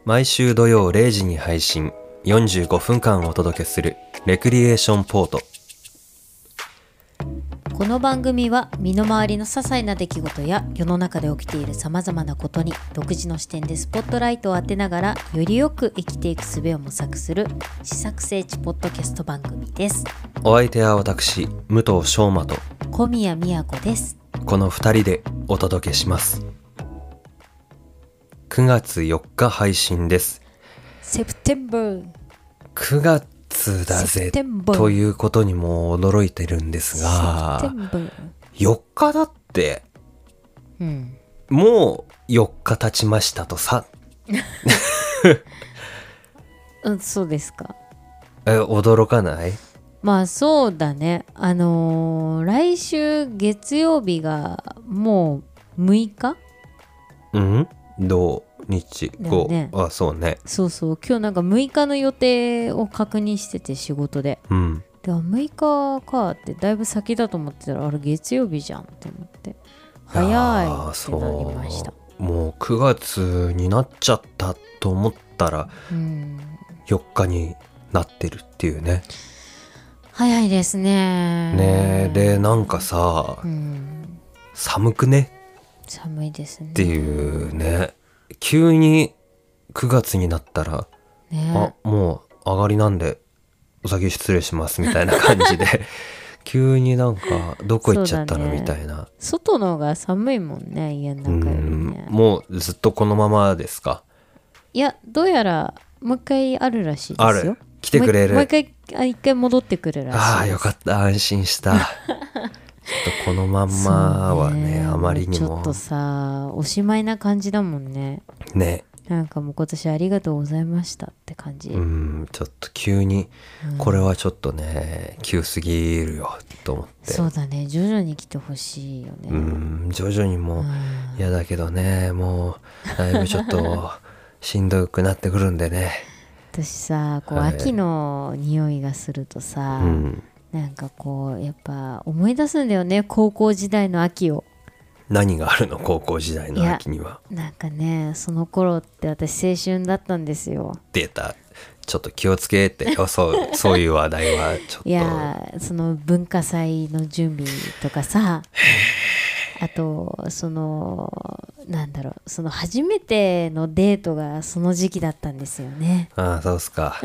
毎週土曜0時に配信、45分間お届けするレクリエーションポート。 この番組は身の回りの些細な出来事や世の中で起きているさまざまなことに独自の視点でスポットライトを当てながらよりよく生きていく術を模索する試作聖地ポッドキャスト番組です。 お相手は私、武藤翔馬と小宮宮子です。 この2人でお届けします。9月4日配信です。 セプテンバー 9月だぜということにも驚いてるんですが、4日だって、もう4日経ちましたとさそうですか。 驚かない？ まあそうだね。来週月曜日がもう6日？ 土日5、 ね、 そうね。 そう今日なんか6日の予定を確認してて仕事で、で6日かってだいぶ先だと思ってたら、あれ月曜日じゃんって思って早いってなりました。 もう9月になっちゃったと思ったら、4日になってるっていうね。 早いですね。 ねえ、でなんかさ、寒くね？ 寒いですねっていうね。急に9月になったら、もう上がりなんでお先失礼しますみたいな感じで急になんかどこ行っちゃったの、みたいな。 外の方が寒いもんね、家の中よりね。 もうずっとこのままですか？ いや、どうやらもう一回あるらしいですよ。 来てくれる。 もう一回戻ってくるらしいです。 ああ、よかった、安心したちょっとこのまんまは ねあまりにもちょっとさ、おしまいな感じだもんね。なんかもう今年ありがとうございましたって感じ。 ちょっと急に、これはちょっとね急すぎるよと思って。 そうだね、徐々に来てほしいよね。 徐々にも嫌だけどね、もうだいぶちょっとしんどくなってくるんでね私さ、こう、秋の匂いがするとさ、なんかこうやっぱ思い出すんだよね、高校時代の秋を。 何があるの、高校時代の秋には。 なんかね、その頃って私青春だったんですよ。 出た、ちょっと気をつけてそういう話題はちょっと。 いや、その文化祭の準備とかさあとその初めてのデートがその時期だったんですよね。 ああ、そうっすか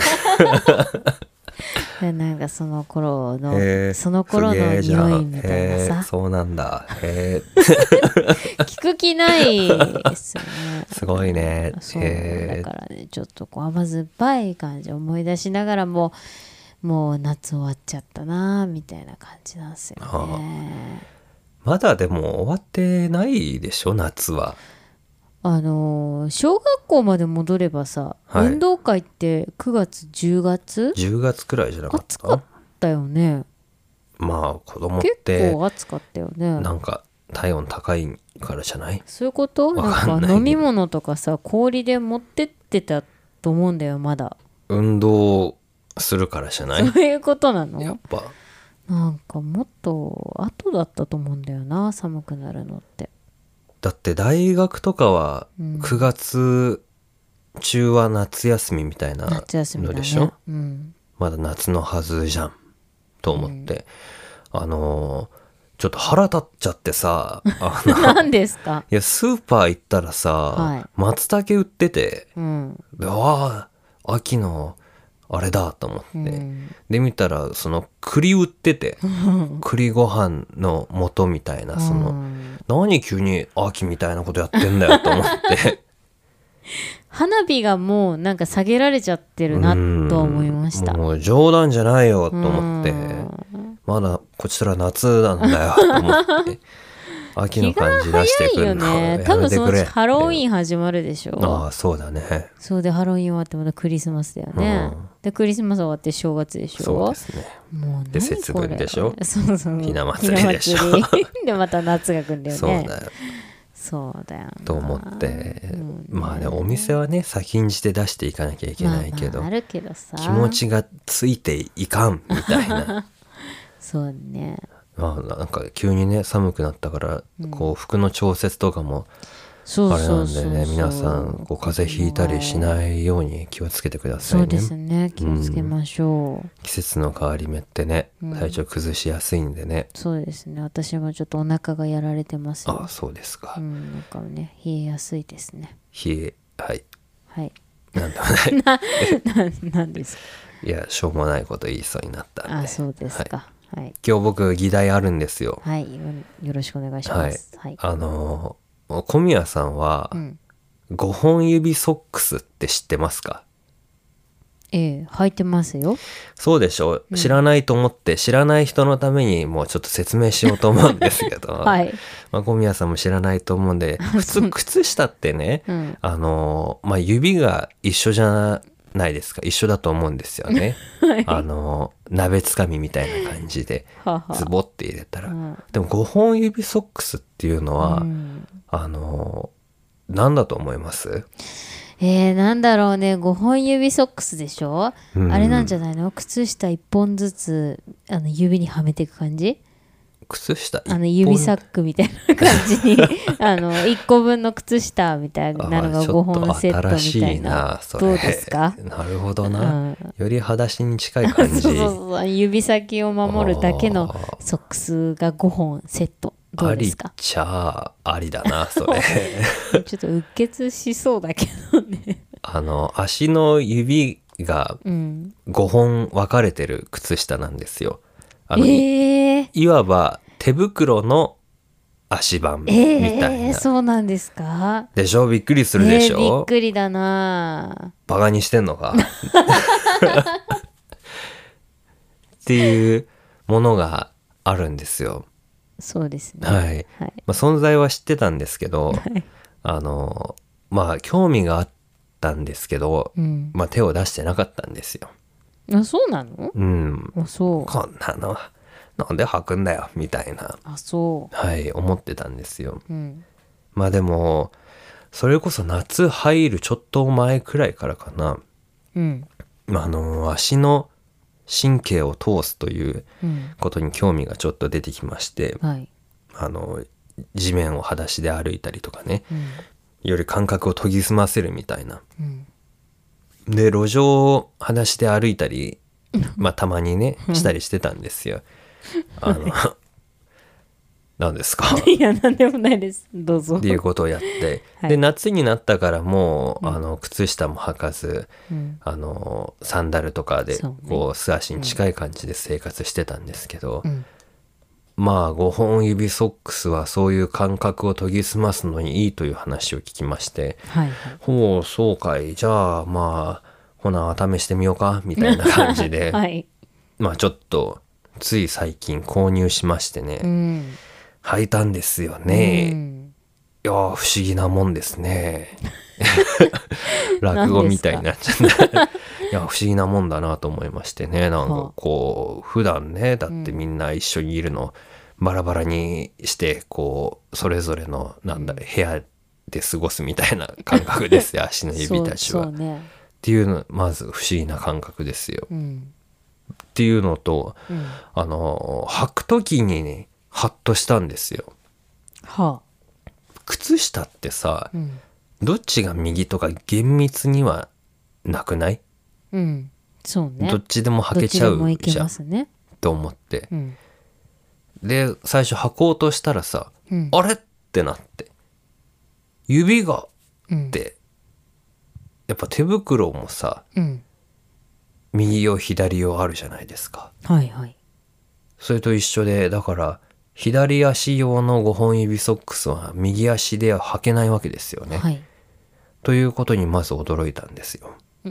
なんかその頃の匂いみたいなさ。 そうなんだ。 聞く気ないですよねすごいね。 そうだからね、ちょっとこう甘酸っぱい感じを思い出しながらもう夏終わっちゃったなみたいな感じなんですよね。 まだでも終わってないでしょ、夏は。 小学校まで戻ればさ、運動会って9月10月 10月くらいじゃなかった？ 暑かったよね。 まあ子供って結構暑かったよね。 なんか体温高いからじゃない？ そういうこと？なんか飲み物とかさ、氷で持ってってたと思うんだよ、まだ。 運動するからじゃない？ そういうことなの？ やっぱなんかもっと後だったと思うんだよな、寒くなるのって。 だって大学とかは9月中は夏休みみたいなのでしょ？まだ夏のはずじゃんと思って、ちょっと腹立っちゃってさ何ですか？ いや、スーパー行ったらさ、松茸売ってて、で、秋のあれだと思って、で見たらその栗売ってて栗ご飯の素みたいな、その何急に秋みたいなことやってんだよと思って花火がもうなんか下げられちゃってるなと思いました。 もう冗談じゃないよと思って、まだこちら夏なんだよと思って秋の感じ出してくるのやめてくれ。 多分そのうちハロウィーン始まるでしょ。 ああ、そうだね。 そうで、ハロウィーン終わってまたクリスマスだよね。でクリスマス終わって正月でしょ。 そうですね。 もうで節分でしょ。 そうひな祭りでしょ。 でまた夏が来るんだよね。 そうだよ。 そうだよと思って、まあね、お店はね先んじて出していかなきゃいけないけど、 あるけどさ、 気持ちがついていかんみたいなそうね。 なんか急にね寒くなったから、こう服の調節とかもそうあれそうそうなんでね、皆さん風邪ひいたりしないように気をつけてくださいね。 そうですね、気をつけましょう。 季節の変わり目ってね、体調崩しやすいんでね。 そうですね、私もちょっとお腹がやられてますよ。 あ、そうですか。 なんかね、冷えやすいですね。 はい。 はい。 なんでもない。 なんですか。 いや、しょうもないこと言いそうになったんで。 あ、そうですか。はい。 今日僕議題あるんですよ。 はい、よろしくお願いします。はい。 小宮さんは、5本指ソックスって知ってますか？ 履いてますよ。 そうでしょ、知らないと思って知らない人のためにもうちょっと説明しようと思うんですけど、 はい。 小宮さんも知らないと思うんで、普通靴下ってね、指が一緒じゃないですか。一緒だと思うんですよね。鍋つかみみたいな感じでズボって入れたら、でも5本指ソックスっていうのは、何だと思います？ なんだろうね、5本指ソックスでしょ、あれなんじゃないの？靴下1本ずつ指にはめていく感じ？ 靴下指サックみたいな感じに1個分の靴下みたいなのが5本セットみたいな。どうですか？ なるほどな、より裸足に近い感じ。 そう指先を守るだけのソックスが5本セット。どうですか？ ありっちゃありだなそれ。 ちょっとうっ血しそうだけどね。 足の指が5本分かれてる靴下なんですよ。いわば手袋の足盤みたいな。 そうなんですか？ でしょ？びっくりするでしょ？ びっくりだな。 バカにしてんのか？っていうものがあるんですよ。 そうですね。 はい。存在は知ってたんですけど、興味があったんですけど、手を出してなかったんですよ。 あ、そうなの？そう。 こんなのなんで履くんだよみたいな。 そう。 はい、思ってたんですよ。でもそれこそ夏入るちょっと前くらいからかな。足の神経を通すということに興味がちょっと出てきまして、地面を裸足で歩いたりとかね、より感覚を研ぎ澄ませるみたいな、で路上を裸足で歩いたり、たまにねしたりしてたんですよ。何ですか？ いや、何でもないです。どうぞ。 っていうことをやって、で夏になったからもう、靴下も履かず、サンダルとかでこう素足に近い感じで生活してたんですけど、5本指ソックスはそういう感覚を研ぎ澄ますのにいいという話を聞きまして、ほうそうかい、じゃあほな試してみようかみたいな感じで、ちょっとつい最近購入しましてね、履いたんですよね。いや不思議なもんですね。落語みたいになっちゃった。いや不思議なもんだなと思いましてね。なんかこう普段ね、だってみんな一緒にいるのバラバラにしてこうそれぞれの部屋で過ごすみたいな感覚ですよ。足の指たちは。っていうのまず不思議な感覚ですよ。っていうのと、履く時にねハッとしたんですよ。靴下ってさ、どっちが右とか厳密にはなくない？ そうね。 どっちでも履けちゃうじゃん、 ね、 と思って、で最初履こうとしたらさ、あれってなって指がって、やっぱ手袋もさ、右用左用あるじゃないですか。それと一緒で、だから左足用の5本指ソックスは右足では履けないわけですよね。ということにまず驚いたんですよ。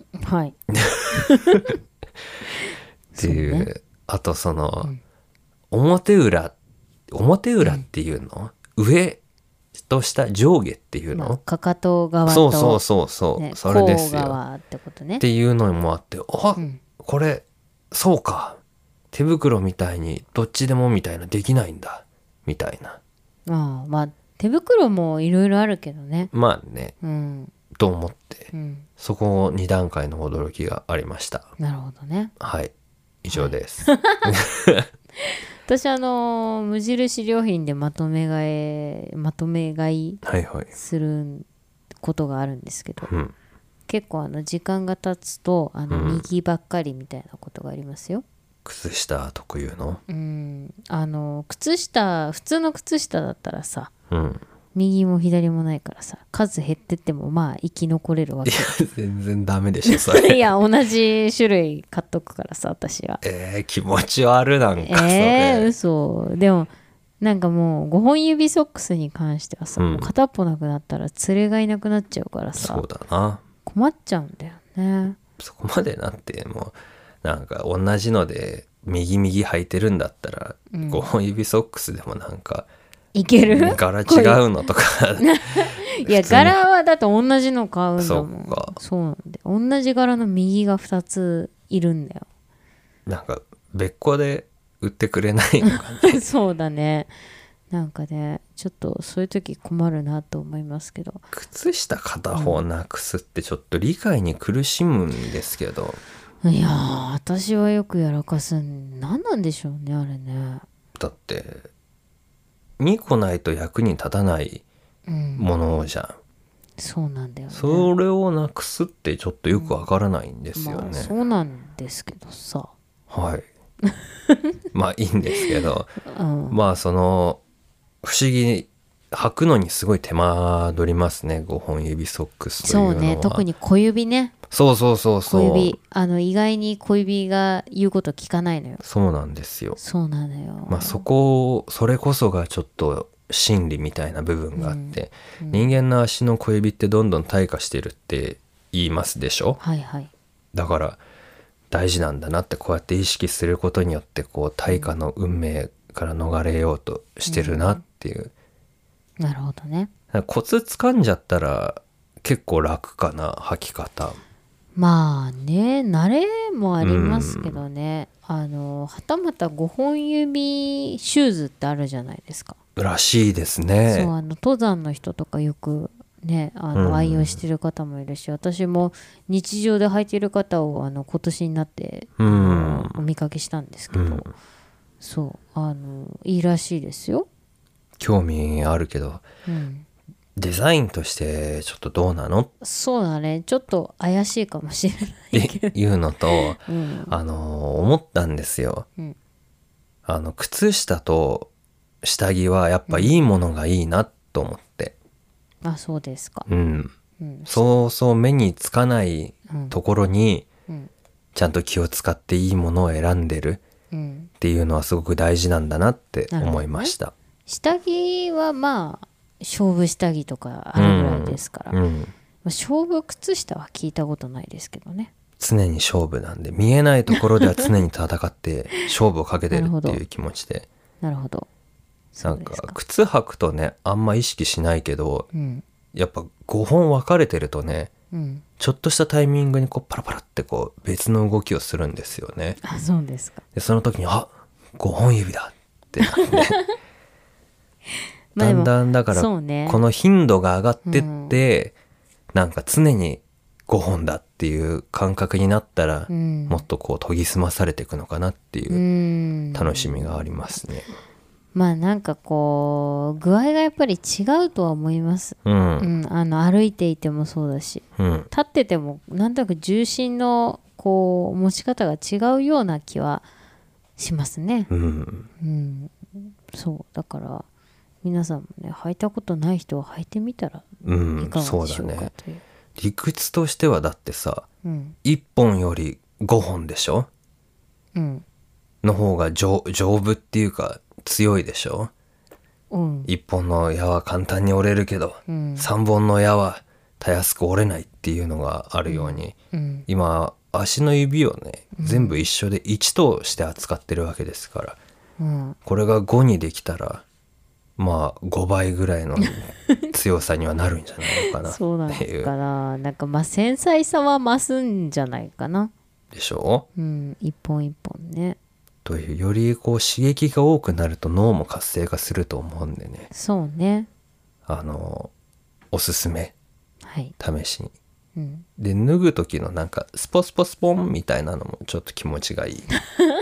っていう、あとその、表裏っていうの、上と下上下っていうの、 かかと側とそう、それですよ。っていうのもあって、これそうか、手袋みたいにどっちでもみたいなできないんだみたいな。 手袋もいろいろあるけどね。 と思って、そこ2段階の驚きがありました。 なるほどね。 はい、以上です。 私無印良品でまとめ買いすることがあるんですけど、 うん、 結構時間が経つと右ばっかりみたいなことがありますよ。 靴下特有の。 靴下、普通の靴下だったらさ、 うん、 右も左もないからさ、数減ってってもまあ生き残れるわけ。 いや全然ダメでしょそれ。 いや同じ種類買っとくからさ私は。 気持ち悪なんかそれ。 嘘。でもなんかもう5本指ソックスに関してはさ、もう片っぽなくなったら連れがいなくなっちゃうからさ、 そうだな、 困っちゃうんだよね。 そこまでなってもうなんか同じので右履いてるんだったら、5本指ソックスでもなんかいける柄違うのとかいや柄はだって同じの買うんだもん。 そっか。 そうなんで同じ柄の右が2ついるんだよ。 なんか別個で売ってくれないのかね。 そうだね。なんかねちょっとそういう時困るなと思いますけど、 靴下片方なくすってちょっと理解に苦しむんですけど、 いやー私はよくやらかす何なんでしょうねあれね。 だって2個ないと役に立たないものじゃん、 そうなんだよね。 それをなくすってちょっとよくわからないんですよね、 まあそうなんですけどさ、 はいまあいいんですけど、 うん、 まあその不思議履くのにすごい手間取りますね5本指ソックスというのは。 そうね、特に小指ね。 そうそうそうそう、 小指意外に小指が言うこと聞かないのよ。 そうなんですよ。 そうなのよ。 まあそれこそがちょっと心理みたいな部分があって、人間の足の小指ってどんどん退化してるって言いますでしょ。 はいはい。 だから大事なんだなってこうやって意識することによってこう退化の運命から逃れようとしてるなっていう、 なるほどね。 コツ掴んじゃったら結構楽かな履き方。 まあね慣れもありますけどね、はたまた5本指シューズってあるじゃないですか。 らしいですね。 そう登山の人とかよくね愛用してる方もいるし、私も日常で履いてる方を今年になってお見かけしたんですけど、そういいらしいですよ。 興味あるけど、デザインとしてちょっとどうなの？ そうだね、ちょっと怪しいかもしれないけどいうのと、思ったんですよ、靴下と下着はやっぱいいものがいいなと思って、 あ、そうですか。 そうそう目につかないところにちゃんと気を使っていいものを選んでるっていうのはすごく大事なんだなって思いました、 下着はまあ勝負下着とかあるぐらいですから、勝負靴下は聞いたことないですけどね。 常に勝負なんで見えないところでは常に戦って勝負をかけてるっていう気持ちでなるほど。 なんか靴履くとねあんま意識しないけど、やっぱ5本分かれてるとね、ちょっとしたタイミングにこうパラパラってこう別の動きをするんですよね。 あ、そうですか。 でその時に5本指だってなってだんだんだからこの頻度が上がってって、なんか常に5本だっていう感覚になったら、もっとこう研ぎ澄まされていくのかなっていう楽しみがありますね。 まあなんかこう具合がやっぱり違うとは思います、歩いていてもそうだし、立っててもなんとなく重心のこう持ち方が違うような気はしますね。そうだから皆さんもね履いたことない人は履いてみたらいかがでしょうかという、 そうだね。理屈としてはだってさ、1本より5本でしょ、の方が丈夫っていうか強いでしょ、1本の矢は簡単に折れるけど、3本の矢はたやすく折れないっていうのがあるように、今足の指をね全部一緒で1として扱ってるわけですから、これが5にできたらまあ5倍ぐらいの強さにはなるんじゃないのかなっていうそうなんですから、なんかまあ繊細さは増すんじゃないかな。 でしょ、 一本一本ね。 というよりこう刺激が多くなると脳も活性化すると思うんでね。 そうね。 おすすめ、試しに、で脱ぐ時のなんかスポスポスポンみたいなのもちょっと気持ちがいい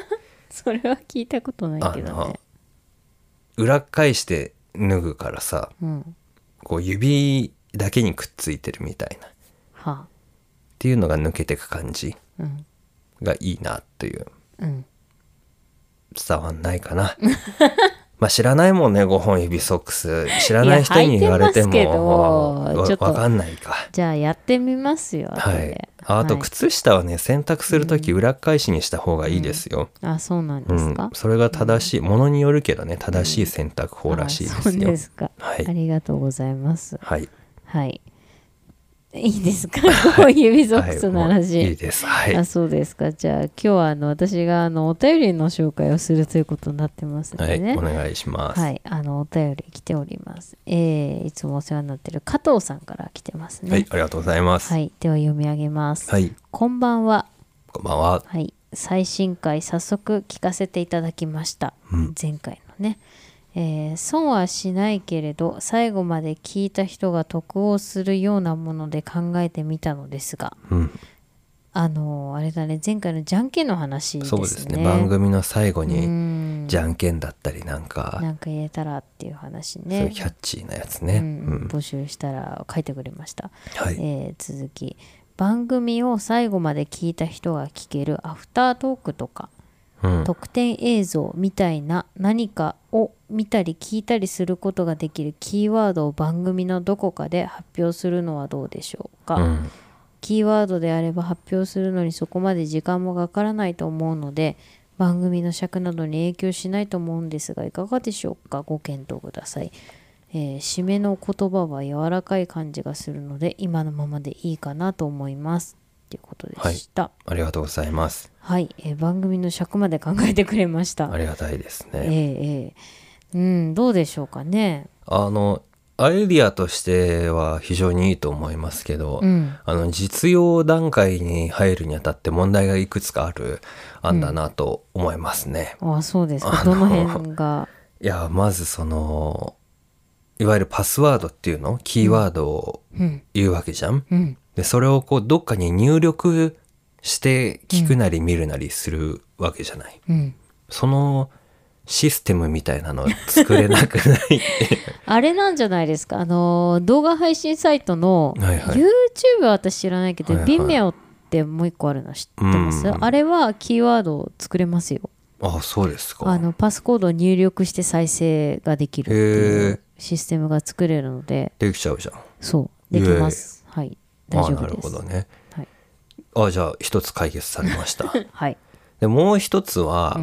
それは聞いたことないけどね。 裏返して脱ぐからさ、 うん、 こう指だけにくっついてるみたいな、 はあ、 っていうのが抜けてく感じうん、 がいいなっていう、 うん、 伝わんないかなまあ知らないもんね、5本指ソックス知らない人に言われてもちょっとわかんないか。 じゃあやってみますよ。 はい。あと靴下はね、洗濯するとき裏返しにした方がいいですよ。 あ、そうなんですか。 それが正しい、ものによるけどね、正しい洗濯法らしいですよ。 そうですか。 はい。 ありがとうございます。 はい。 はい。いいですか、こう指ソックスの話。 いいです。はい。 あ、そうですか。じゃあ今日は私がお便りの紹介をするということになってますのでね。 はい、お願いします。 はい、お便り来ております。いつもお世話になっている加藤さんから来てますね。 はい、ありがとうございます。 はい、では読み上げます。 はい。 こんばんは。 こんばんは。 はい、最新回早速聞かせていただきました。前回のね。損はしないけれど最後まで聞いた人が得をするようなもので考えてみたのですが、あれだね、前回のじゃんけんの話ですね。 そうですね、番組の最後にじゃんけんだったりなんか言えたらっていう話ね、 そういうキャッチーなやつね、 募集したら書いてくれました。 はい。 続き、番組を最後まで聞いた人が聞けるアフタートークとか特典映像みたいな何かを見たり聞いたりすることができるキーワードを番組のどこかで発表するのはどうでしょうか。キーワードであれば発表するのにそこまで時間もかからないと思うので番組の尺などに影響しないと思うんですがいかがでしょうか。ご検討ください。締めの言葉は柔らかい感じがするので今のままでいいかなと思いますということでした。 はい、ありがとうございます。 はい、番組の尺まで考えてくれました。 ありがたいですね。 どうでしょうかね。 アイディアとしては非常にいいと思いますけど、実用段階に入るにあたって問題がいくつかある案だなと思いますね。 あ、そうですか。どの辺が。 いや、まずいわゆるパスワードっていうのキーワードを言うわけじゃん。でそれをどっかに入力して聞くなり見るなりするわけじゃない。そのシステムみたいなの作れなくないあれなんじゃないですか。動画配信サイトの YouTube は私知らないけど、Vimeo ってもう一個あるの知ってます？あれはキーワードを作れますよ。 あ、そうですか。 パスコードを入力して再生ができるっていうシステムが作れるのでできちゃうじゃん。 そうできます。はい、大丈夫です。 なるほどね。 はい、 じゃあ一つ解決されました。 はい。 でもう一つは、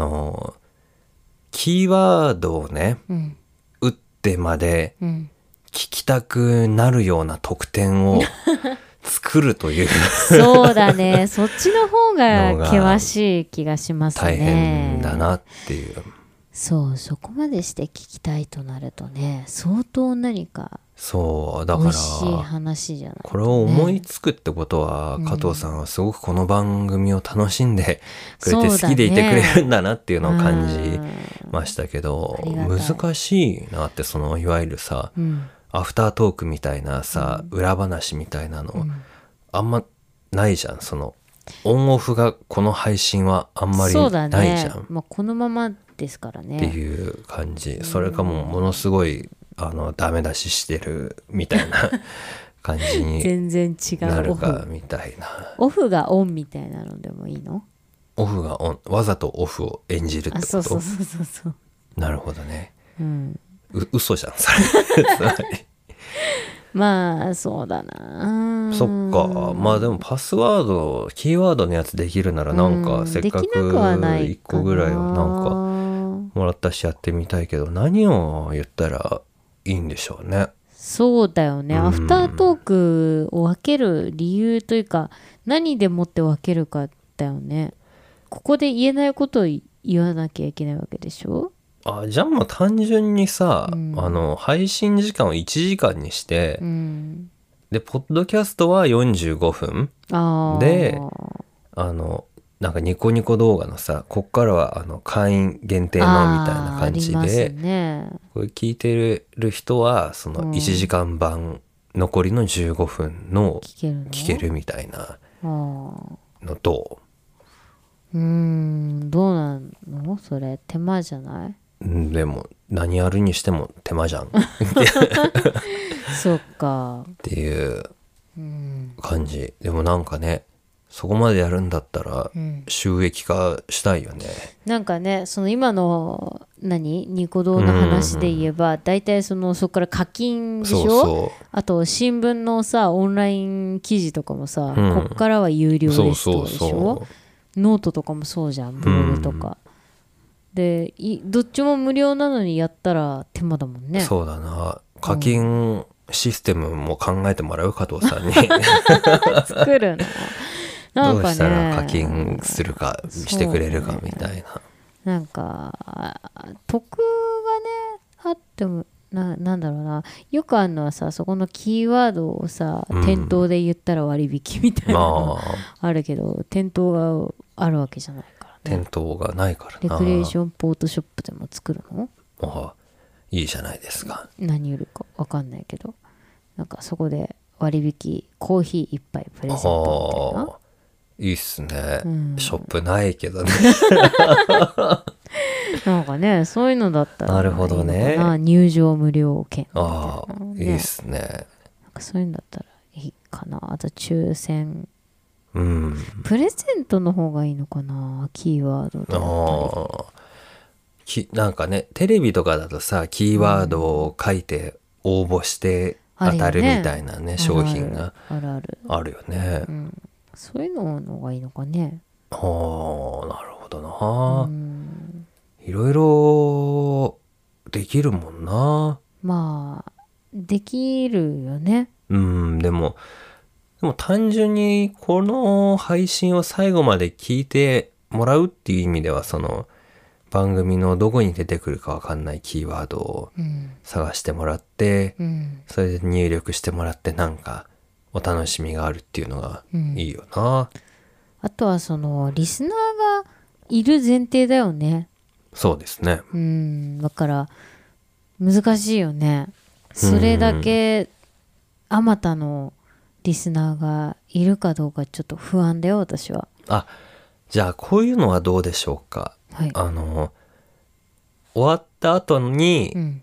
キーワードをね、打ってまで聞きたくなるような特典を作るというそうだね、そっちの方が険しい気がしますね。 大変だなっていう。 そこまでして聞きたいとなるとね、相当何かそうだから美味しい話じゃない、ね、 これを思いつくってことは、加藤さんはすごくこの番組を楽しんでくれて好きでいてくれるんだなっていうのを感じましたけど、難しいなって。いわゆるさ、アフタートークみたいなさ、裏話みたいなの、あんまないじゃん。オンオフがこの配信はあんまりないじゃん。 そうだね、このままですからねっていう感じ。それかものすごいダメ出ししてるみたいな感じに全然違うなるかみたいな。 オフがオンみたいなのでもいいの？ オフがオン、わざとオフを演じるってこと？ そう。 なるほどね。嘘じゃんそれまあそうだな。 そっか。まあでもパスワードキーワードのやつできるならなんかせっかく1個ぐらいはなんかもらったしやってみたいけど、何を言ったらいいんでしょうね。 そうだよね。アフタートークを分ける理由というか何でもって分けるかだよね。ここで言えないことを言わなきゃいけないわけでしょ。 じゃあもう単純にさ、配信時間を1時間にして、でポッドキャストは45分で、なんかニコニコ動画のさ、こっからは会員限定のみたいな感じで、これ聞いてる人はその1時間版残りの15分の聞けるみたいなのと、 どうなんそれ手間じゃない？ でも何やるにしても手間じゃんそっかっていう感じ。でもなんかね、そこまでやるんだったら収益化したいよね。 なんかね、その今のニコ動の話で言えば、大体そこから課金でしょ。 そうそう。 あと新聞のさオンライン記事とかもさ、こっからは有料ですとかでしょ。 そうそうそう。 ノートとかもそうじゃん、ブログとか、でどっちも無料なのにやったら手間だもんね。 そうだな。課金システムも考えてもらう、加藤さんに作るのなんかね、 どうしたら課金するかしてくれるかみたいな、 なんか得がねあってもなんだろうな、よくあるのはさ、そこのキーワードをさ店頭で言ったら割引みたいなのあるけど、店頭があるわけじゃないからね。 店頭がないからな。 レクリエーションポートショップでも作るの？ ああ、いいじゃないですか。 何売るか分かんないけど、なんかそこで割引コーヒー1杯プレゼントみたいな。 いいっすね、ショップないけどねなんかね、そういうのだったらなるほどね。 入場無料券みたいな、 ああ、いいっすね。 なんかそういうのだったらいいかな。あと抽選、プレゼントの方がいいのかな、キーワードだったり。 なんかね、テレビとかだとさ、キーワードを書いて応募して当たるみたいなね、商品があるよね。 そういうのがいいのかね。 ああ、なるほどな。いろいろできるもんな。 まあできるよね。 でも単純にこの配信を最後まで聞いてもらうっていう意味では、その番組のどこに出てくるかわかんないキーワードを探してもらって、それで入力してもらって、なんかお楽しみがあるっていうのがいいよな。 あとはそのリスナーがいる前提だよね。 そうですね。 だから難しいよね。それだけあまたのリスナーがいるかどうかちょっと不安だよ、私は。 じゃあこういうのはどうでしょうか。 はい、 終わった後に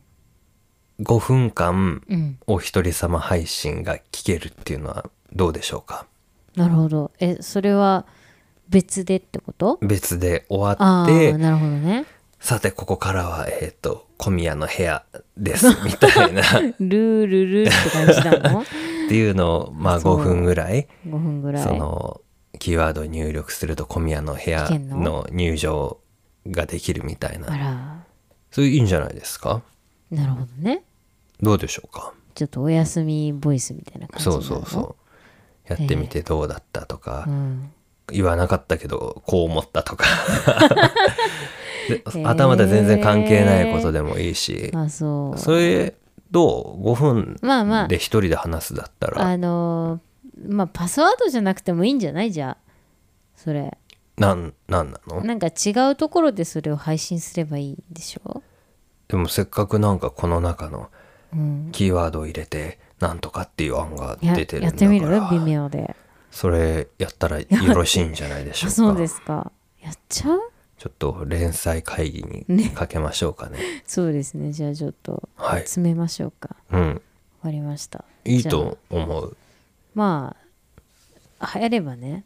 5分間お一人様配信が聞けるっていうのはどうでしょうか。 なるほど。それは別でってこと？ 別で終わって、 なるほどね。 さてここからは小宮の部屋ですみたいなルールルって感じなのっていうのを5分ぐらいそのキーワードを入力すると小宮の部屋の入場ができるみたいな。それいいんじゃないですか。 なるほどね。 どうでしょうか。 ちょっとお休みボイスみたいな感じなの？ そうやってみてどうだったとか、言わなかったけどこう思ったとかで頭で全然関係ないことでもいいし、それどう？ 5 分で一人で話すだったら、 パスワードじゃなくてもいいんじゃない？じゃあそれなんなの？ なんか違うところでそれを配信すればいいでしょ。 でもせっかくなんかこの中のキーワードを入れてなんとかっていう案が出てるんだから、 やってみる？微妙で。 それやったらよろしいんじゃないでしょうか。 そうですか。やっちゃう？ ちょっと連載会議にかけましょうかね。 そうですね。じゃあちょっと詰めましょうか。わかりました。 いいと思う。 まあ流行ればね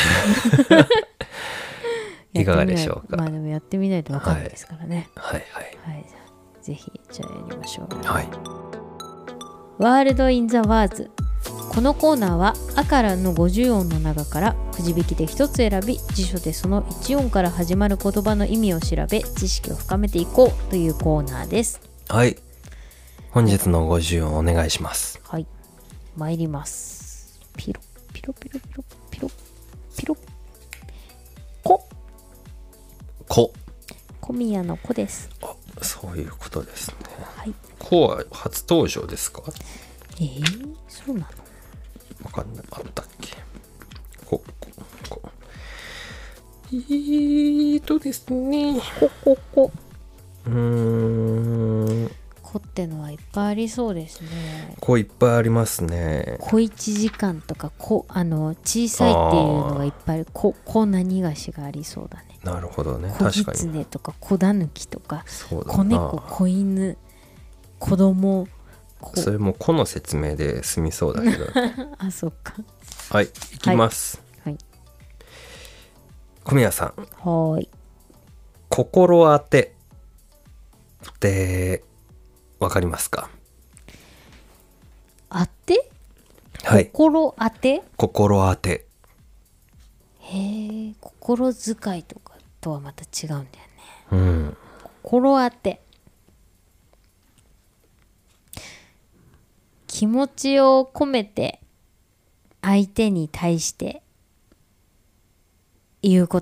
いかがでしょうか。 でもやってみないと分かんないですからね。 はい、 ぜひじゃあやりましょう。 ワールドインザワーズ。このコーナーは「あ」からの50音の中からくじ引きで一つ選び、辞書でその1音から始まる言葉の意味を調べ、知識を深めていこうというコーナーです。 はい、本日の50音お願いします。 はい、参ります。ピロピロピロピロピロピロ。小宮の子です。 そういうことですね。 子は初登場ですか？ そうなの？ わかんない。あったっけ？ですね。 こ子ってのはいっぱいありそうですね。 子いっぱいありますね。 子1時間とか小さいっていうのがいっぱいある。子何がしがありそうだね。 なるほどね。 子確かに。 狐とか子だぬきとか、 そうだな。 子猫、子犬、子供。 それも子の説明で済みそうだけど。 あ、そっか。 はい、いきます。 はい。 小宮さん。 はい。 心当てってわかりますか？ 当て？ はい。 心当て？ 心当て。 へえ、心遣いとかとはまた違うんだよね。 うん。 心当て。気持ちを込めて相手に対して言うこと。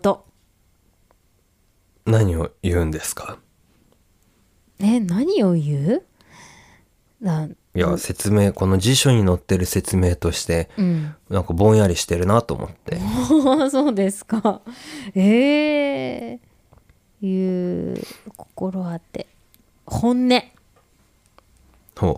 何を言うんですか？ 何を言う？ いや、説明、この辞書に載ってる説明として、なんかぼんやりしてるなと思って。 そうですか。言う、心当て。本音。 ほ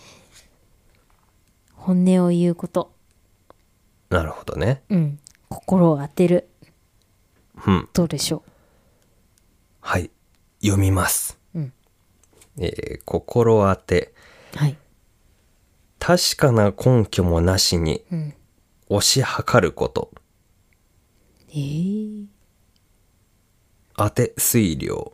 本音を言うこと。 う。なるほどね。 心を当てる。どうでしょう。 はい。読みます。心当て。 はい。 確かな根拠もなしに推し量ること。当て推量。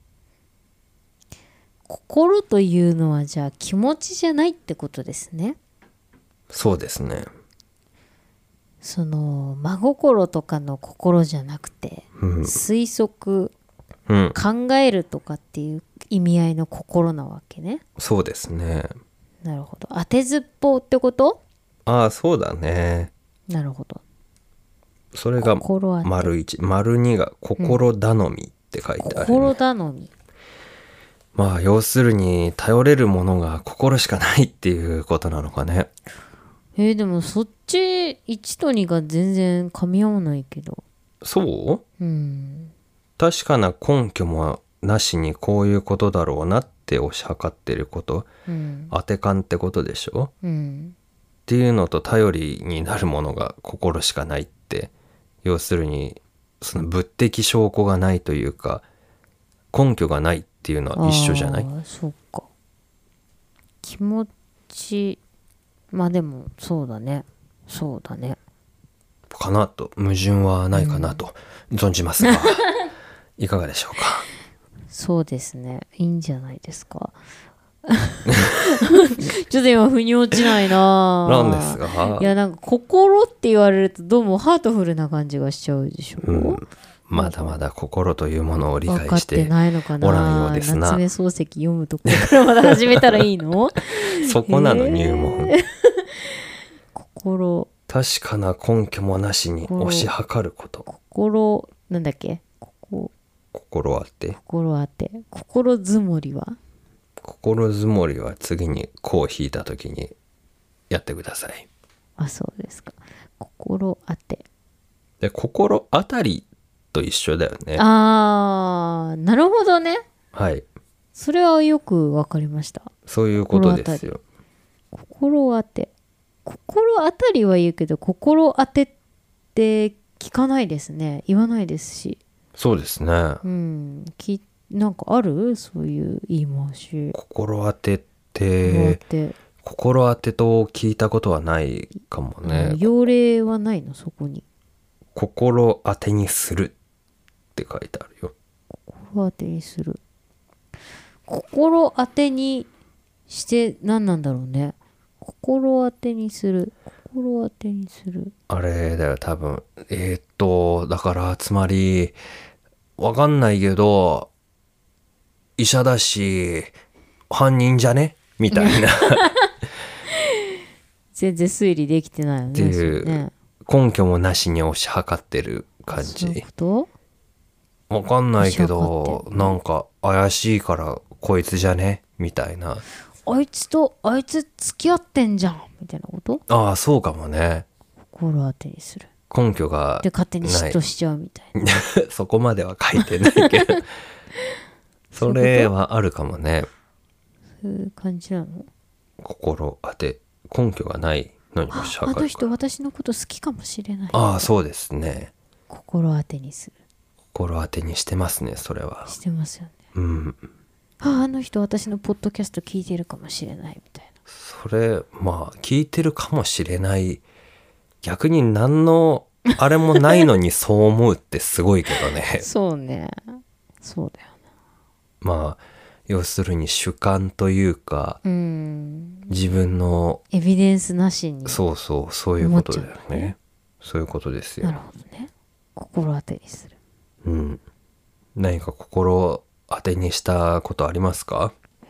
心というのはじゃあ気持ちじゃないってことですね。 そうですね。 その真心とかの心じゃなくて、推測、考えるとかっていう意味合いの心なわけね。 そうですね。 なるほど。当てずっぽうってこと？ ああ、そうだね。 なるほど。 それが丸1、丸2が心頼みって書いてある、ね。 心頼み。 まあ要するに頼れるものが心しかないっていうことなのかね。 でもそっち1と2が全然噛み合わないけど。 そう？確かな根拠もなしにこういうことだろうなって推し量ってること、当て感ってことでしょ、っていうのと頼りになるものが心しかないって、要するにその物的証拠がないというか根拠がないっていうのは一緒じゃない？ そうか。気持ち、まあでもそうだね。そうだね。 かなと、矛盾はないかなと存じますが、いかがでしょうか？ そうですね。いいんじゃないですか。ちょっと今腑に落ちないな。 なんですが。 いや、なんか心って言われるとどうもハートフルな感じがしちゃうでしょ。 まだまだ心というものを理解して分かってないのかな。 おらんようですな。 夏目漱石読むとこからまだ始めたらいいの？ そこなの、入門。 心。 確かな根拠もなしに推し量ること。 心、なんだっけ？ 心当て。 心当て。心づもりは？ 心づもりは次にこう引いた時にやってください。 あ、そうですか。心当て。 で、心当たりと一緒だよね。 あー、なるほどね。 はい。 それはよくわかりました。 そういうことですよ。 心当て。心当たりは言うけど、心当てって聞かないですね。言わないですし。 そうですね。 なんかある？そういう言い回し。 心当てって、心当てと聞いたことはないかもね。 用例はないの？そこに。 心当てにするって書いてあるよ。 心当てにする。心当てにして何なんだろうね。心当てにする。心当てにする。 あれだよ、多分。だからつまりわかんないけど医者だし犯人じゃねみたいな全然推理できてないよね。っていう根拠もなしに推し量ってる感じ。 そういうこと？ わかんないけど、なんか怪しいからこいつじゃねみたいな。 あいつ付き合ってんじゃんみたいなこと？ ああ、そうかもね。 心当てにする。 根拠がで勝手に嫉妬しちゃうみたいな。 そこまでは書いてないけどそれはあるかもね。 そういう感じなの？ 心当て、根拠がないのに推し量るから。 あの人私のこと好きかもしれない。 ああ、そうですね。 心当てにする。 心当てにしてますね、それは。 してますよね。 うん。 あの人私のポッドキャスト聞いてるかもしれないみたいな。 それ、まあ、聞いてるかもしれない。逆に何のあれもないのにそう思うってすごいけどね。 そうね。そうだよね。 まあ、要するに主観というか、自分のエビデンスなしに。 そうそう、そういうことだよね。そういうことですよ。 なるほどね。心当てにする。 うん。何か心当てにしたことありますか？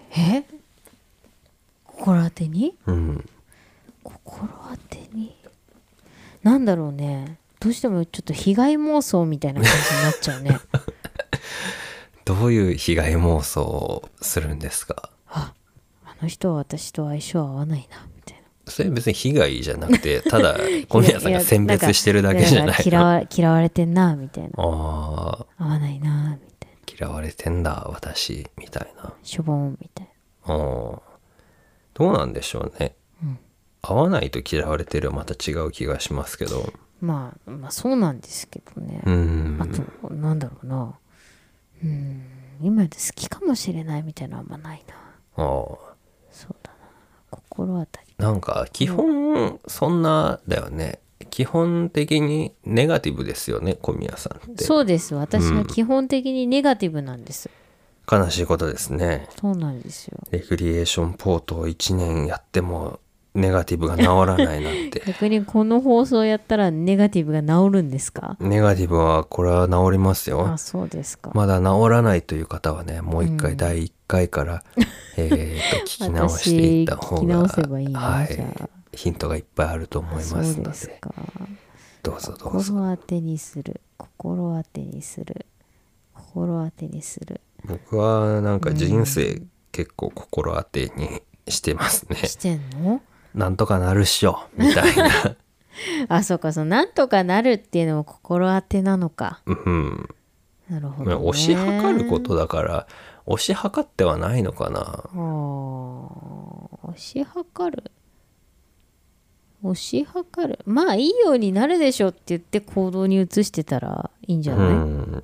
心当てに？ うん。 心当てに。なんだろうね。どうしてもちょっと被害妄想みたいな感じになっちゃうね。 どういう被害妄想をするんですか？ あの人は私と相性合わないなみたいな。 それ別に被害じゃなくて、ただ小宮さんが選別してるだけじゃないの？ 嫌われてんなみたいな。 ああ、 合わないなみたいな。 嫌われてんだ私みたいな。 しょぼんみたいな。どうなんでしょうね。合わないと嫌われてるはまた違う気がしますけど。 まあそうなんですけどね。あとなんだろうな。今まで好きかもしれないみたいなのあんまないな。そうだな。心当たり。 なんか基本そんなだよね。基本的にネガティブですよね、小宮さんって。 そうです。私は基本的にネガティブなんです。 悲しいことですね。 そうなんですよ。 レクリエーションポートを1年やってもネガティブが治らないなんて。 逆にこの放送やったらネガティブが治るんですか？ ネガティブはこれは治りますよ。 あ、そうですか。 まだ治らないという方はね、もう一回第1回から聞き直していった方が、 聞き直せばいいな、 はい、 じゃあヒントがいっぱいあると思いますので。 そうですか。 どうぞどうぞ。 心当てにする。心当てにする。心当てにする。 僕はなんか人生結構心当てにしてますね。 してんの？ なんとかなるっしょみたいな。 あ、そうか、なんとかなるっていうのも心当てなのか。なるほどね。 推し量ることだから推し量ってはないのかな。 推し量る。推し量る。まあいいようになるでしょって言って行動に移してたらいいんじゃない？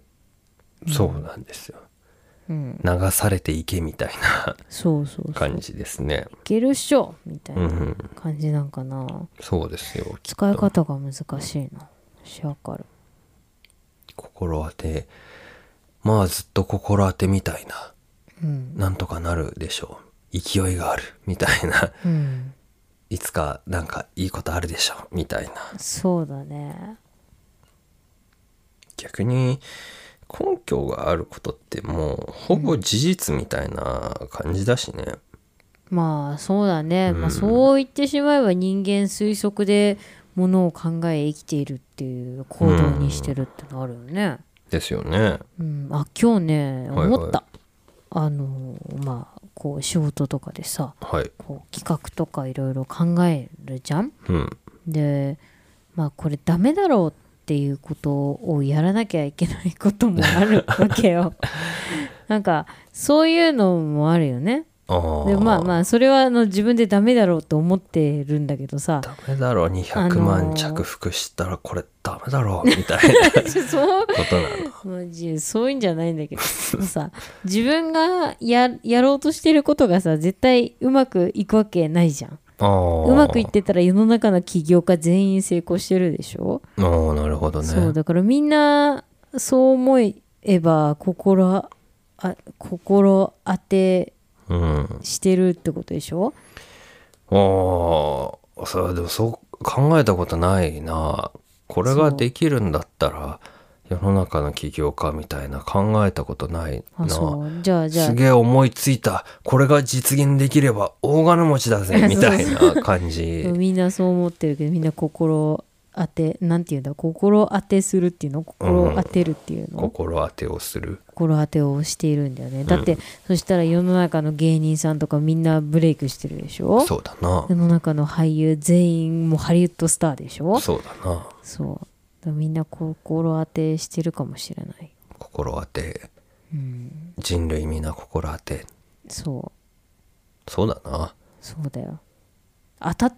そうなんですよ。流されていけみたいな感じですね。 いけるっしょみたいな感じなんかな。 そうですよ。 使い方が難しいな。しわかる。 心当て、まあずっと心当てみたいな、なんとかなるでしょう、勢いがあるみたいな、いつかなんかいいことあるでしょうみたいな。 そうだね。 逆に根拠があることってもうほぼ事実みたいな感じだしね。 まあそうだね。まあそう言ってしまえば人間推測でものを考え生きているっていう行動にしてるってのあるよね。 ですよね。 あ、今日ね思った。まあこう仕事とかでさ、こう企画とかいろいろ考えるじゃん。でまあこれダメだろうっていうことをやらなきゃいけないこともあるわけよ。なんかそういうのもあるよね。でまあそれは自分でダメだろうと思ってるんだけどさ、 ダメだろう200万着服したらこれダメだろうみたいなことなの。そういうんじゃないんだけどさ、自分がやろうとしてることがさ絶対うまくいくわけないじゃん。うまくいってたら世の中の起業家全員成功してるでしょ。 なるほどね。 そうだからみんなそう思えば心当てしてるってことでしょ。 それはでもそう考えたことないな。これができるんだったら世の中の起業家みたいな考えたことないな。 じゃあすげえ思いついた、これが実現できれば大金持ちだぜみたいな感じ。 みんなそう思ってるけど、みんな心当て、なんていうんだ、心当てするっていうの、心当てるっていうの、 心当てをする、 心当てをしているんだよね。だって、そしたら世の中の芸人さんとかみんなブレイクしてるでしょ。 そうだな。 世の中の俳優全員もハリウッドスターでしょ。 そうだな。 そうみんな心当てしてるかもしれない。 心当て、人類皆心当て。 そそうだな。 そうだよ。当たって、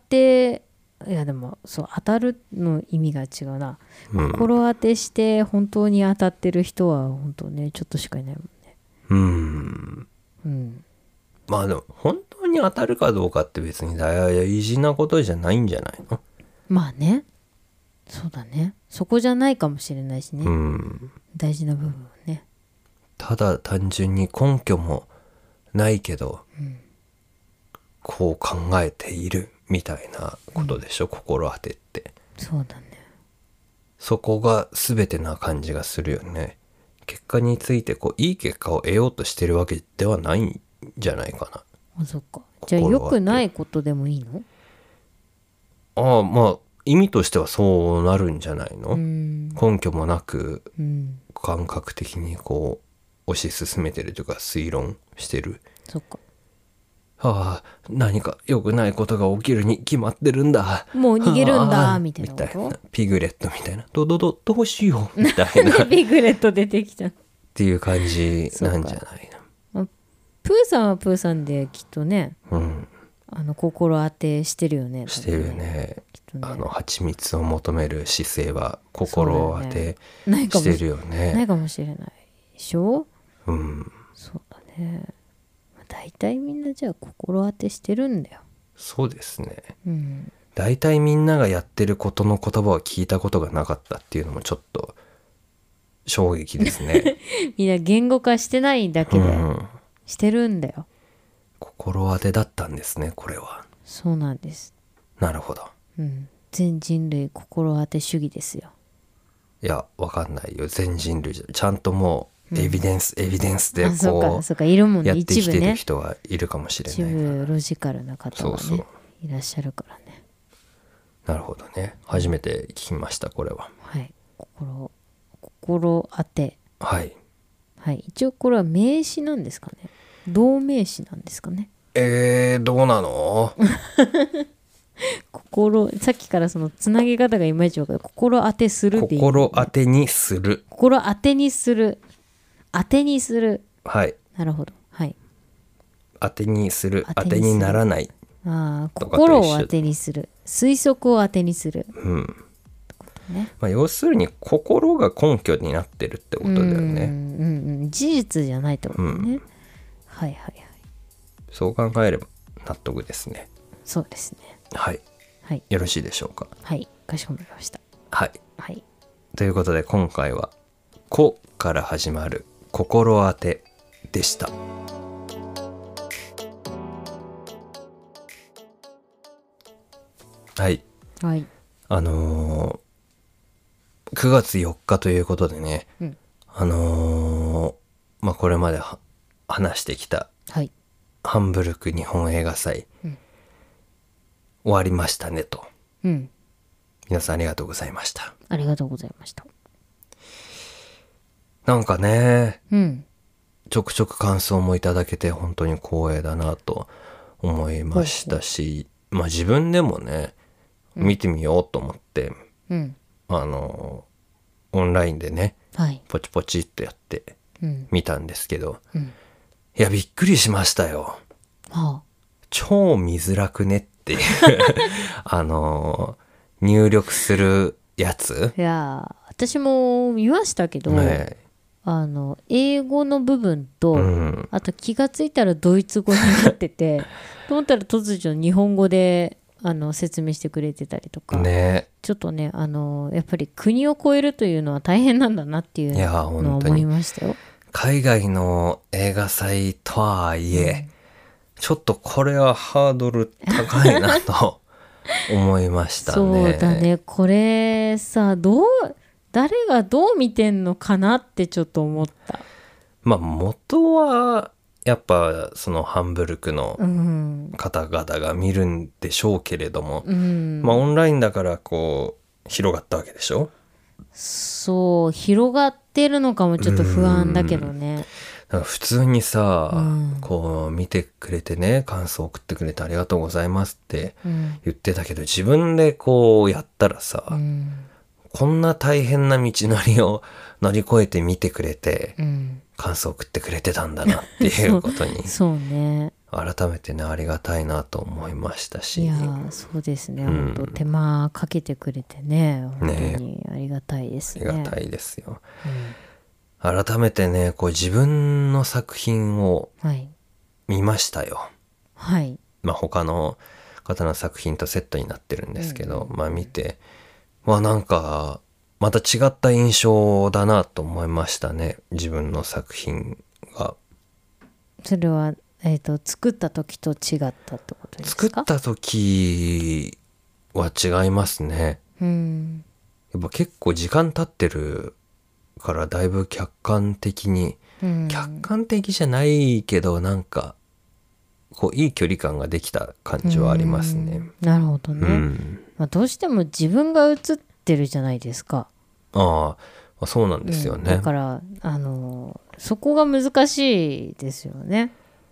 いやでもそう当たるの意味が違うな、心当てして本当に当たってる人は本当ねちょっとしかいないもんね。 まあでも本当に当たるかどうかって別に大事なことじゃないんじゃないの？ まあね、そうだね、そこじゃないかもしれないしね、大事な部分はね。 ただ単純に根拠もないけど、こう考えているみたいなことでしょ、心当てって。 そうだね。 そこが全てな感じがするよね。結果についてこういい結果を得ようとしてるわけではないんじゃないかな。 あ、そっか。じゃあ良くないことでもいいの？ ああ、まあ意味としてはそうなるんじゃないの？根拠もなく、感覚的にこう推し進めてるというか推論してる。 そっか。 ああ、何か良くないことが起きるに決まってるんだ。 もう逃げるんだみたいなこと？ みたいな。ピグレットみたいな。どうしようみたいな。 ピグレット出てきた。 っていう感じなんじゃないの。プーさんはプーさんできっとね、心当てしてるよね。 してるよね。蜂蜜を求める姿勢は心当てしてるよね。 ないかもしれないでしょ。そうだね。大体みんなじゃあ心当てしてるんだよ。 そうですね。大体みんながやってることの言葉を聞いたことがなかったっていうのもちょっと衝撃ですね。 みんな言語化してないだけで、してるんだよ。 心当てだったんですね、これは。 そうなんです。 なるほど。 全人類心当て主義ですよ。 いや、わかんないよ。全人類ちゃんともうエビデンスでこういるもんね、 やってきてる人はいるかもしれない。 一部ロジカルな方はね、いらっしゃるからね。 なるほどね。初めて聞きました、これは。 はい。心当て。 はい。 はい。一応これは名詞なんですかね。動名詞なんですかね。 どうなの？ さっきからそのつなげ方がいまいち分かる。心当てするでいい、ね。 心当てにする。 心当てにする。当てにする。 はい。 なるほど。はい。 当てにする。当てにならない。 ああ、心を当てにする。推測を当てにする。 まあ、要するに心が根拠になってるってことだよね。 事実じゃないってことだよね。はいはいはい。 そう考えれば納得ですね。 そうですね。 はい。 はい。 よろしいでしょうか。 はい。かしこまりました。 はい。 はい。 ということで今回は「こ」から始まる心当てでした。はい。 はい。 9月4日ということでね、まあこれまで話してきた、ハンブルク日本映画祭、終わりましたねと、皆さんありがとうございました。 ありがとうございました。 なんかね、ちょくちょく感想もいただけて本当に光栄だなと思いましたし、まあ自分でもね見てみようと思って、オンラインでね、ポチポチっとやって見たんですけど、いやびっくりしましたよ。超見づらくねっていう入力するやつ。いや私も見ましたけど、英語の部分と、あと気がついたらドイツ語になっててと思ったら突如日本語で説明してくれてたりとか、ちょっとねやっぱり国を越えるというのは大変なんだなっていうのは思いましたよ。 海外の映画祭とはいえ、ちょっとこれはハードル高いなと思いましたね。 そうだね、これさ誰がどう見てんのかなってちょっと思った。まあ元はやっぱそのハンブルクの方々が見るんでしょうけれども、まあオンラインだからこう広がったわけでしょ。 そう広がってるのかもちょっと不安だけどね。 普通にさ、こう見てくれてね、感想送ってくれてありがとうございますって言ってたけど、自分でこうやったらさ、こんな大変な道のりを乗り越えて見てくれて、 感想を送ってくれてたんだなっていうことにそうね、 改めてねありがたいなと思いましたし。 いやそうですね、本当手間かけてくれてね本当にありがたいですね。 ありがたいですよ、改めてねこう自分の作品を見ましたよ。 はい、 他の方の作品とセットになってるんですけど、見てなんかまた違った印象だなと思いましたね、自分の作品が。 それは、作った時と違ったってことですか？ 作った時は違いますね。やっぱ結構時間経ってるからだいぶ客観的に、客観的じゃないけどなんかこういい距離感ができた感じはありますね。 なるほどね、どうしても自分が映ってるじゃないですか。 そうなんですよね、 だからそこが難しいですよね。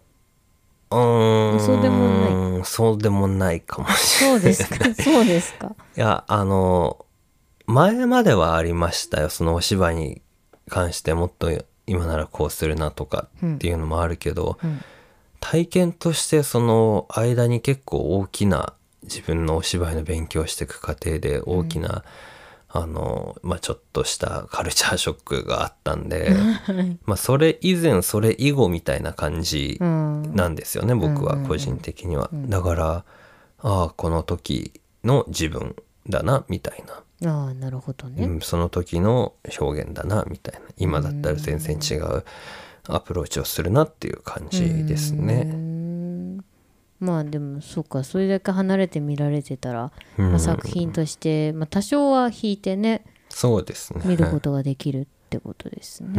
そうでもない。 そうでもないかもしれない。 そうですか。そうですか。 いや前まではありましたよ、そのお芝居に関してもっと今ならこうするなとかっていうのもあるけど、体験としてその間に結構大きな自分のお芝居の勉強していく過程で大きな、ちょっとしたカルチャーショックがあったんでそれ以前それ以後みたいな感じなんですよね、僕は個人的には。だからこの時の自分だなみたいな。 なるほどね、 その時の表現だなみたいな。今だったら全然違うアプローチをするなっていう感じですね。 でもそうか、それだけ離れて見られてたら、作品として、多少は引いてね、 そうですね、 見ることができるってことですね。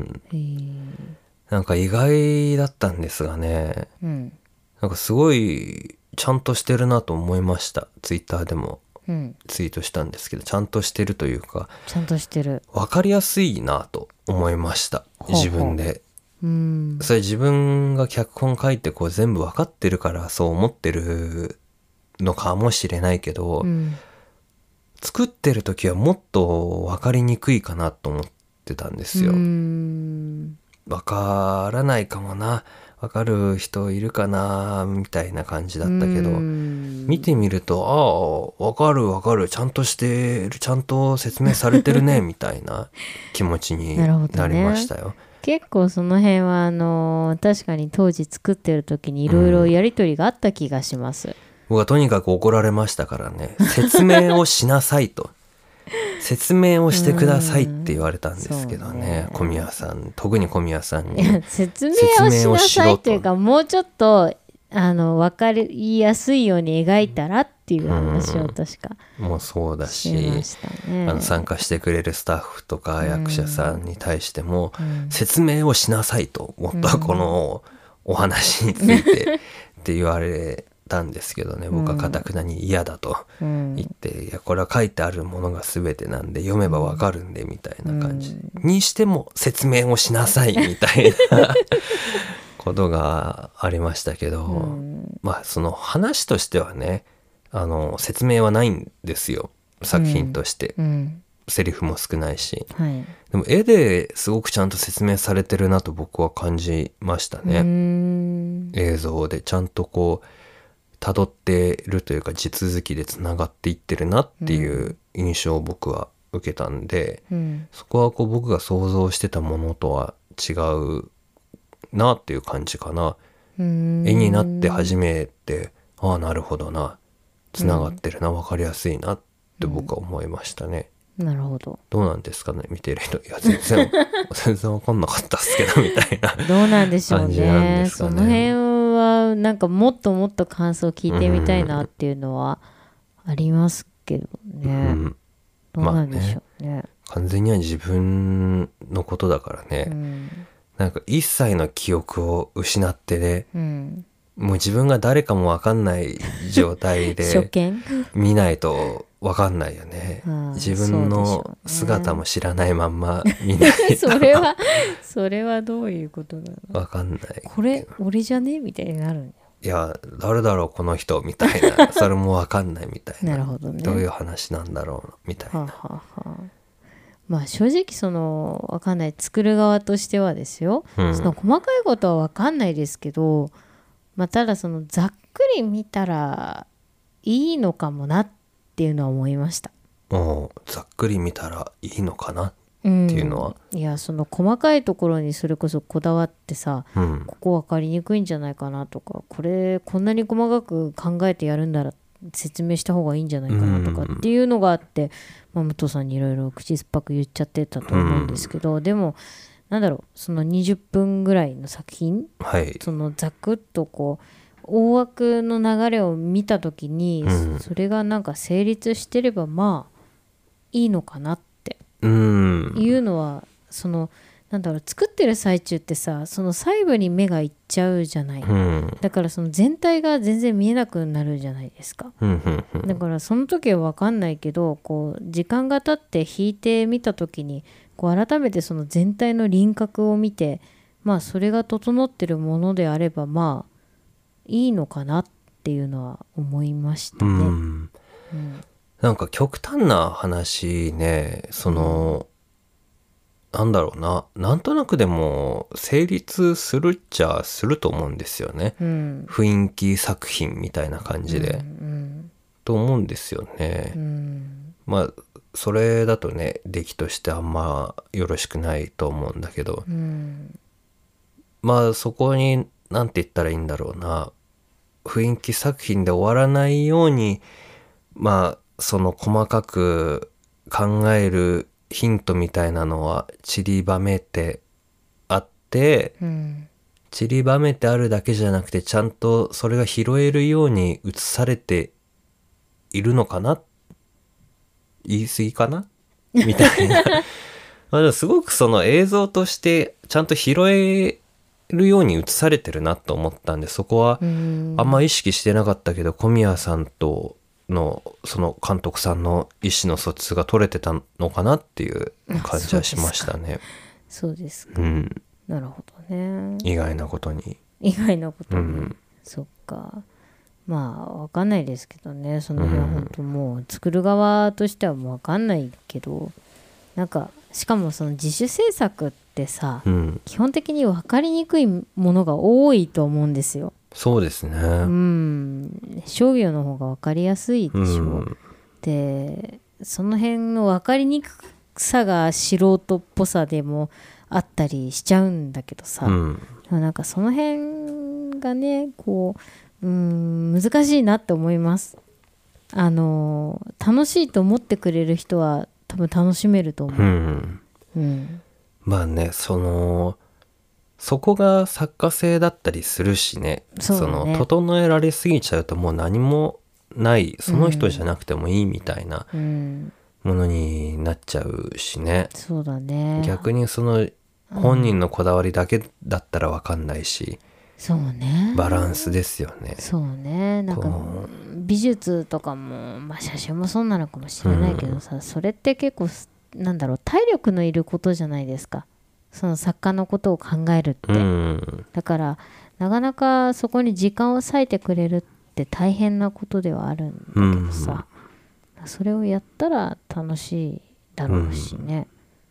なんか意外だったんですがね、なんかすごいちゃんとしてるなと思いました。ツイッターでもツイートしたんですけど、ちゃんとしてるというか、 ちゃんとしてる、 分かりやすいなと思いました、自分で。それ自分が脚本書いてこう全部分かってるからそう思ってるのかもしれないけど、作ってる時はもっと分かりにくいかなと思ってたんですよ。分からないかもな、分かる人いるかなみたいな感じだったけど、見てみると分かる分かる、ちゃんとしてる、ちゃんと説明されてるねみたいな気持ちになりましたよ。 結構その辺は確かに当時作ってる時にいろいろやり取りがあった気がします。 僕はとにかく怒られましたからね、説明をしなさいと説明をしてくださいって言われたんですけどね、小宮さん、特に小宮さんに説明をしなさいというか、もうちょっと分かりやすいように描いたらっていう話を確かもうそうだし、参加してくれるスタッフとか役者さんに対しても、説明をしなさいと、もっとこのお話についてって言われたんですけどね、僕は堅くなに嫌だと言って、いやこれは書いてあるものが全てなんで読めばわかるんでみたいな感じにしても説明をしなさいみたいなことがありましたけど、その話としてはね、説明はないんですよ、作品として、セリフも少ないし、でも絵ですごくちゃんと説明されてるなと僕は感じましたね。映像でちゃんとこう辿ってるというか地続きでつながっていってるなっていう印象を僕は受けたんで、そこはこう僕が想像してたものとは違うなっていう感じかな。絵になって初めてなるほどな、つながってるな、分かりやすいなって僕は思いましたね。 なるほど。 どうなんですかね、見てる人。いや全然分かんなかったっすけどみたいなどうなんでしょうね。その辺はなんかもっともっと感想を聞いてみたいなっていうのはありますけどね。どうなんでしょうね。 完全には自分のことだからね。なんか一切の記憶を失ってね、もう自分が誰かも分かんない状態で見ないと分かんないよね。自分の姿も知らないまんま見ないとそれはどういうことなの？ 分かんない。 これ俺じゃねみたいになるんだ。 いや誰だろうこの人みたいなそれも分かんないみたいな。 なるほどね。 どういう話なんだろうみたいな。 まあ正直わかんない、作る側としてはですよ、その細かいことはわかんないですけど、まあただざっくり見たらいいのかもなっていうのは思いました。 ざっくり見たらいいのかなっていうのは、 いや細かいところにそれこそこだわってさ、ここ分かりにくいんじゃないかなとか、こんなに細かく考えてやるんなら説明した方がいいんじゃないかなとかっていうのがあって、武藤さんにいろいろ口酸っぱく言っちゃってたと思うんですけど、でもなんだろう、その20分ぐらいの作品、ざくっと大枠の流れを見た時に、それがなんか成立してればまあいいのかなっていうのは、なんだろう、作ってる最中ってさ、細部に目がいっちゃうじゃない、だから全体が全然見えなくなるじゃないですか、だからその時は分かんないけど、時間が経って引いてみた時に改めて全体の輪郭を見て、まあそれが整ってるものであればまあいいのかなっていうのは思いましたね。 なんか極端な話ね、なんだろうな、なんとなくでも成立するっちゃすると思うんですよね、雰囲気作品みたいな感じで、と思うんですよね、まあそれだとね出来としてあんまよろしくないと思うんだけど、まあそこになんて言ったらいいんだろうな、雰囲気作品で終わらないように、まあ細かく考えるヒントみたいなのは散りばめてあって、散りばめてあるだけじゃなくて、ちゃんとそれが拾えるように映されているのかな、言い過ぎかなみたいなまあでもすごく映像としてちゃんと拾えるように映されてるなと思ったんで、そこはあんま意識してなかったけど、小宮さんとの監督さんの意思の疎通が取れてたのかなっていう感じはしましたね。 そうですか、なるほどね。 意外なことに、 そっか、まあ分かんないですけどね、その辺は本当もう作る側としてはもう分かんないけど、なんかしかも自主制作ってさ、基本的に分かりにくいものが多いと思うんですよ。 そうですね。 商業の方が分かりやすいでしょ、でその辺の分かりにくさが素人っぽさでもあったりしちゃうんだけどさ、なんかその辺がね難しいなって思います。楽しいと思ってくれる人は多分楽しめると思う。 まあね、そこが作家性だったりするしね、整えられすぎちゃうともう何もない、その人じゃなくてもいいみたいなものになっちゃうしね、 そうだね。 逆に本人のこだわりだけだったら分かんないし、 そうね、 バランスですよね。 そうね、なんか美術とかも、まあ、写真もそうなのかもしれないけどさ、それって結構なんだろう、体力のいることじゃないですか、その作家のことを考えるって、だからなかなかそこに時間を割いてくれるって大変なことではあるんだけどさ、それをやったら楽しいだろうしね、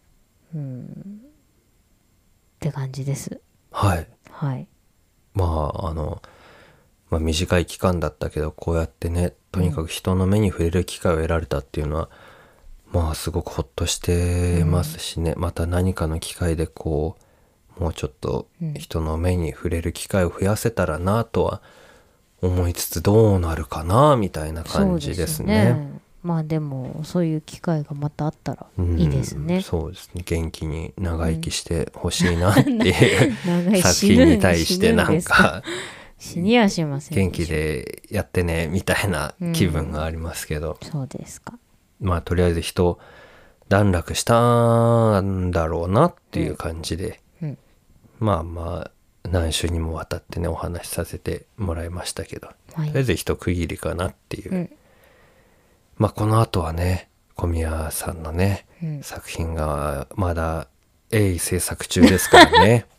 って感じです。 はい、まあ短い期間だったけど、こうやってね、とにかく人の目に触れる機会を得られたっていうのは、まあすごくほっとしてますしね、また何かの機会でもうちょっと人の目に触れる機会を増やせたらなとは思いつつ、どうなるかなみたいな感じですね。 まあでもそういう機会がまたあったらいいですね。 そうですね、元気に長生きしてほしいなっていう作品に対してなんか死にはしませんでしょ。 元気でやってねみたいな気分がありますけど、 そうですか。 まあとりあえず一段落したんだろうなっていう感じで、まあまあ何週にもわたってねお話しさせてもらいましたけど、とりあえず一区切りかなっていう、まあこの後はね小宮さんのね、作品がまだ鋭意制作中ですからね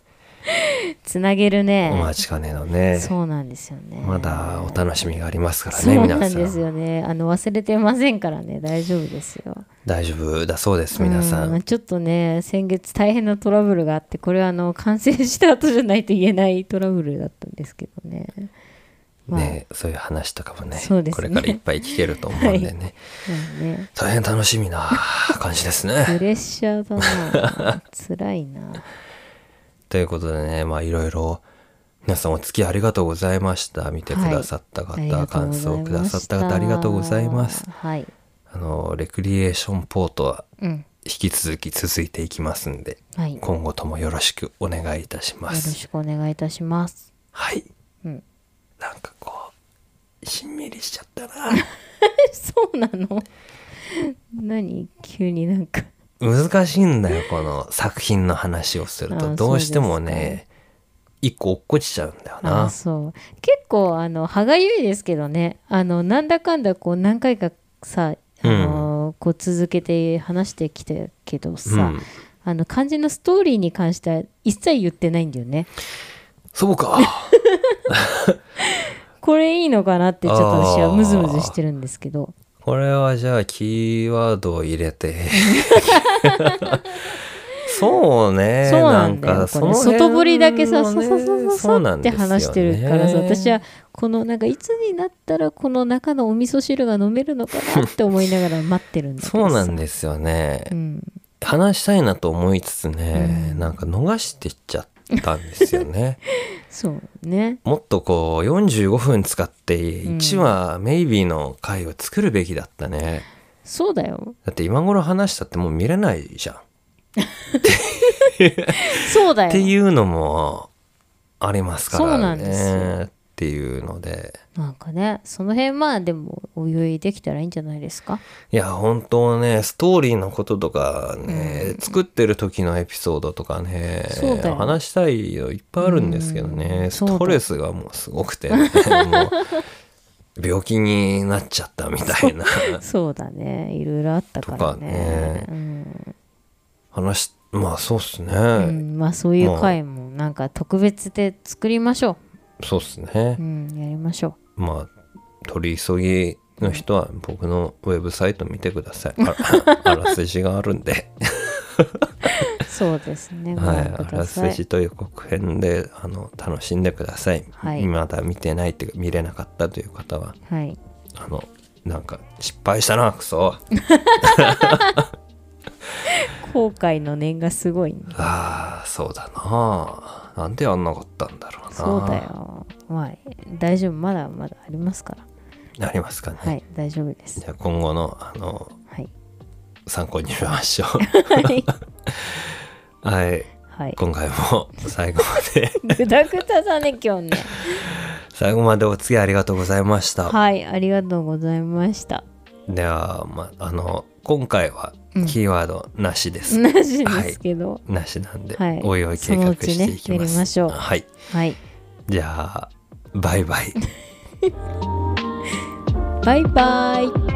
つなげるね。 お待ちかねのね。 そうなんですよね。 まだお楽しみがありますからね、 そう皆さん。 そうなんですよね。忘れてませんからね、大丈夫ですよ。 大丈夫だそうです、皆さん。 ちょっとね、先月大変なトラブルがあって、これは完成した後じゃないと言えないトラブルだったんですけどね。 ね、そういう話とかもね、 そうですね、 これからいっぱい聞けると思うんでね、ね、大変楽しみな感じですね。 プレッシャーだな。辛いな。 ということでね、まあいろいろ皆さんお付き合いありがとうございました。見てくださった方、感想をくださった方ありがとうございます。 はい、 レクリエーションポートは引き続き続いていきますんで、今後ともよろしくお願いいたします。 よろしくお願いいたします。 はい。なんかこうしんみりしちゃったな。 そうなの？何急になんか難しいんだよ、この作品の話をするとどうしてもね一個落っこちちゃうんだよな。 そう結構歯がゆいですけどね、なんだかんだこう何回かさこう続けて話してきたけどさ、肝心のストーリーに関しては一切言ってないんだよね。 そうか。 これいいのかなってちょっと私はムズムズしてるんですけど、 これはじゃあキーワードを入れてそうね、 そうなんだよ、これ外堀だけさって話してるからさ、私はこのなんかいつになったらこの中のお味噌汁が飲めるのかなって思いながら待ってるんだけどそうなんですよね、話したいなと思いつつね、なんか逃してっちゃったんですよね。 そうね。 もっとこう45分使って1話メイビーの回を作るべきだったね。 そうだよ。 だって今頃話したってもう見れないじゃん。 そうだよ。 っていうのもありますからね。 そうなんですよ。 っていうので、 なんかね、その辺まあでもおいおいできたらいいんじゃないですか。 いや本当ね、ストーリーのこととかね、作ってる時のエピソードとかね、話したいのいっぱいあるんですけどね、ストレスがもうすごくて、ね、もう病気になっちゃったみたいな。 そうだね、いろいろあったからね。 まあそうっすね、 まあそういう回もなんか特別で作りましょう。 そうっすね、 やりましょう。まあ取り急ぎの人は僕のウェブサイト見てください。あらすじがあるんで。 そうですね、 はい、あらすじと予告編で楽しんでください。まだ見てないっていうか見れなかったという方は、なんか失敗したなクソ。 後悔の念がすごい、ね、 そうだな。なんでやんなかったんだろうな。 そうだよ。まあ大丈夫、まだまだありますから。 ありますかね。 はい、大丈夫です。 じゃあ今後の参考にしましょう。はい、今回も最後までぐだぐだだね今日ね。 最後までお付き合いありがとうございました。 はい、ありがとうございました。 では、今回はキーワードなしです。 なしですけど、 なしなんで、おいおい計画していきます。 やりましょう。 はい。じゃあバイバイ。 バイバイ。